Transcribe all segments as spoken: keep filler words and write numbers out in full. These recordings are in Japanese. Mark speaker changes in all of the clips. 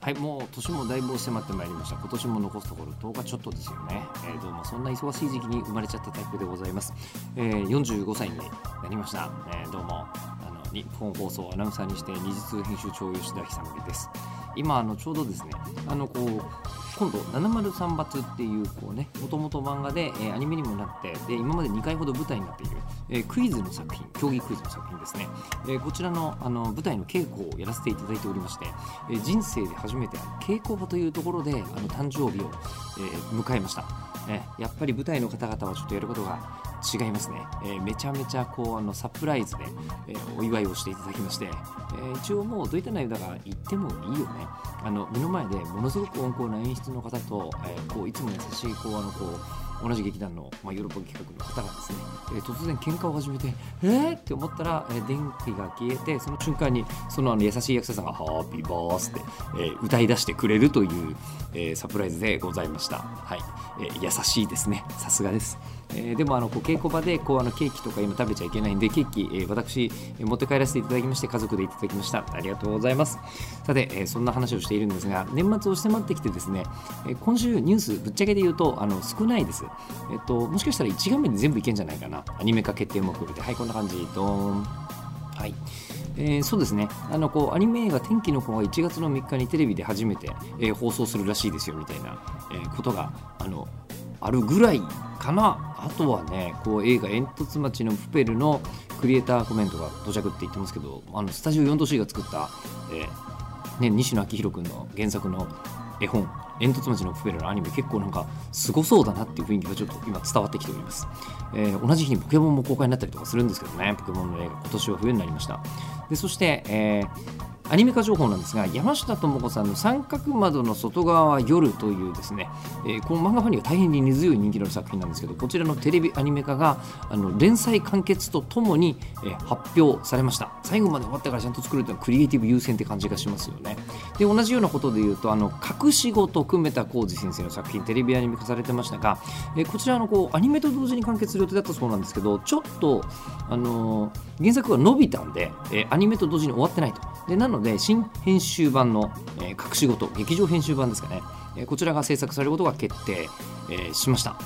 Speaker 1: はい、もう年もだいぶ迫ってまいりました。今年も残すところとおかちょっとですよね。えー、どうもそんな忙しい時期に生まれちゃったタイプでございます。えー、よんじゅうごさいになりました。えー、どうもあの日本放送アナウンサーにして二次通編集長吉田久典です。今あのちょうどですね、あのこう今度ななまるさん罰っていうこうね、もともと漫画で、えー、アニメにもなってで今までにかいほど舞台になっている、えー、クイズの作品、競技クイズの作品ですね。えー、こちらのあの舞台の稽古をやらせていただいておりまして、えー、人生で初めて稽古場というところであの誕生日を、えー、迎えました。えー、やっぱり舞台の方々はちょっとやることが違いますね。えー、めちゃめちゃこうあのサプライズで、えー、お祝いをしていただきまして、えー、一応もうどういった内容だから言ってもいいよね。あの目の前でものすごく温厚な演出の方と、えー、こういつも優しいこうあのこう同じ劇団の、まあ、ヨーロッパ企画の方がですね、えー、突然喧嘩を始めてえーって思ったら、えー、電気が消えてその瞬間にそのあの優しい役者さんがハッピーバースって、えー、歌い出してくれるという、えー、サプライズでございました。はい、えー、優しいですね。さすがです。えー、でもあのこう稽古場でこうあのケーキとか今食べちゃいけないんでケーキ、えー、私、えー、持って帰らせていただきまして家族でいただきました。ありがとうございます。さて、えー、そんな話をしているんですが年末を迫ってきてですね、えー、今週ニュースぶっちゃけで言うとあの少ないです。えっともしかしたらいち画面で全部いけんじゃないかな。アニメ化決定目標ではいこんな感じドーン。はい、えー、そうですね。あのこうアニメ映画天気の子がいちがつのみっかにテレビで初めて、えー、放送するらしいですよみたいな、えー、ことがあのあるぐらいかな。あとはねこう映画煙突町のプペルのクリエイターコメントが到着って言ってますけど、あのスタジオ よん 都市が作った、えーね、西野昭弘君の原作の絵本煙突町のプペルのアニメ結構なんかすごそうだなっていう雰囲気がちょっと今伝わってきております。えー、同じ日にポケモンも公開になったりとかするんですけどね、ポケモンの映画今年は冬になりました。でそして、えーアニメ化情報なんですが、山下智子さんの三角窓の外側は夜というですね、えー、この漫画ファンには大変に根強い人気のある作品なんですけど、こちらのテレビアニメ化があの連載完結とともに、えー、発表されました。最後まで終わってからちゃんと作るというのはクリエイティブ優先って感じがしますよね。で同じようなことで言うとあの隠し子と久米田浩二先生の作品テレビアニメ化されてましたが、えー、こちらのこうアニメと同時に完結する予定だったそうなんですけど、ちょっと、あのー、原作が伸びたんで、えー、アニメと同時に終わってないと。でなので新編集版の、えー、隠し事劇場編集版ですかね、えー、こちらが制作されることが決定、えー、しました。はい、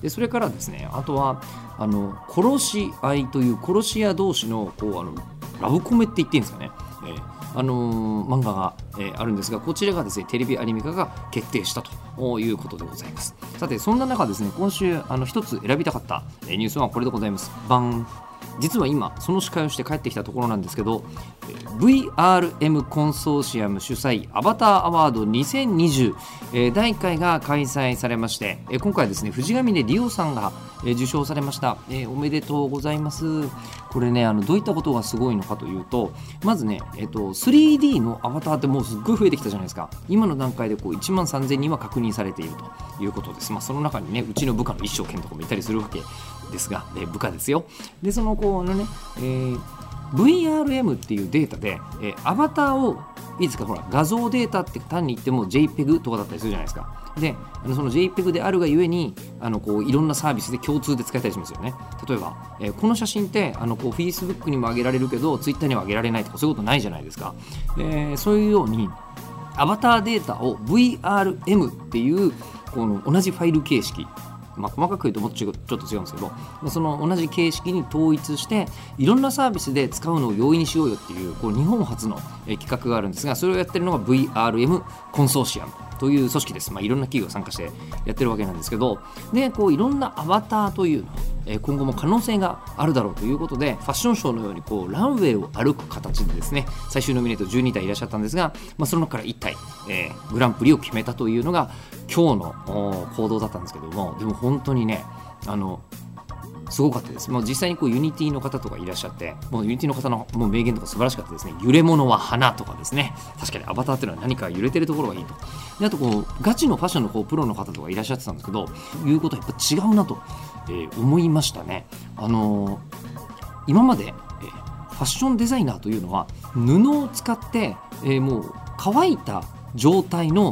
Speaker 1: でそれからですね、あとはあの殺し合いという殺し屋同士のこうあのラブコメって言っていいんですかね、えーあのー、漫画が、えー、あるんですが、こちらがですねテレビアニメ化が決定したということでございます。さてそんな中ですね、今週あの一つ選びたかった、えー、ニュースはこれでございます。バン。実は今その司会をして帰ってきたところなんですけど、 ブイアールエム コンソーシアム主催アバターアワードにせんにじゅう、えー、だいいっかいが開催されまして、えー、今回ですね藤ヶ峰理央さんが、えー、受賞されました。えー、おめでとうございます。これねあのどういったことがすごいのかというと、まずね、えー、と スリーディー のアバターってもうすっごい増えてきたじゃないですか。今の段階でこういちまんさんぜんにんは確認されているということです。まあ、その中にねうちの部下の一生懸とかもいたりするわけですが、えー、部下ですよ。でそのこうのね、えーブイアールエム っていうデータで、えー、アバターをいいですか、ほら画像データって単に言っても ジェイペグ とかだったりするじゃないですか。であのその ジェイペグ であるがゆえにあのこういろんなサービスで共通で使えたりしますよね。例えば、えー、この写真ってあのこう Facebook にも上げられるけど Twitter には上げられないとかそういうことないじゃないですか。えー、そういうようにアバターデータを ブイアールエム っていうこの同じファイル形式、まあ、細かく言うともっとちょっと違うんですけど、その同じ形式に統一していろんなサービスで使うのを容易にしようよっていう、こう日本初の企画があるんですが、それをやってるのが ブイアールエム コンソーシアムという組織です。まあ、いろんな企業が参加してやってるわけなんですけど、でこういろんなアバターというのを今後も可能性があるだろうということで、ファッションショーのようにこうランウェイを歩く形でですね、最終ノミネートじゅうにたいいらっしゃったんですが、まあ、その中からいったい、えー、グランプリを決めたというのが今日の行動だったんですけども、でも本当にねあのすごかったです。もう実際にこうユニティの方とかいらっしゃって、もうユニティの方のもう名言とか素晴らしかったですね。揺れ物は花とかですね。確かにアバターっていうのは何か揺れてるところがいいと。であとこうガチのファッションのこうプロの方とかいらっしゃってたんですけど、いうことはやっぱ違うなと、えー、思いましたね。あのー、今まで、えー、ファッションデザイナーというのは布を使って、えー、もう乾いた状態の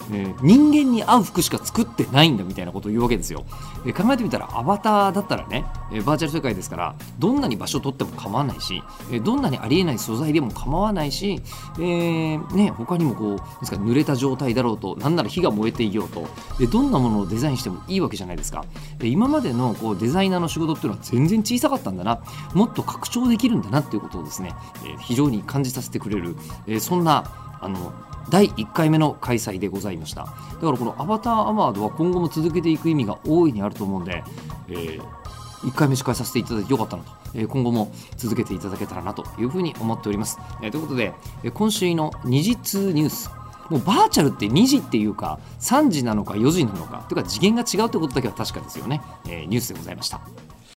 Speaker 1: えー、人間に合う服しか作ってないんだみたいなことを言うわけですよ。えー、考えてみたらアバターだったらね、えー、バーチャル世界ですからどんなに場所を取っても構わないし、えー、どんなにありえない素材でも構わないし、えーね、他にもこうですか濡れた状態だろうと、なんなら火が燃えていようと、えー、どんなものをデザインしてもいいわけじゃないですか。えー、今までのこうデザイナーの仕事っていうのは全然小さかったんだな、もっと拡張できるんだなっていうことをですね、えー、非常に感じさせてくれる、えー、そんなあのだいいっかいめの開催でございました。だからこのアバターアワードは今後も続けていく意味が大いにあると思うんで、えー、いっかいめ司会させていただいてよかったなと、えー、今後も続けていただけたらなというふうに思っております。えー、ということで、えー、今週の二次通ニュース、もうバーチャルってにじっていうかさんじなのかよじなのかというか次元が違うということだけは確かですよね。えー、ニュースでございました。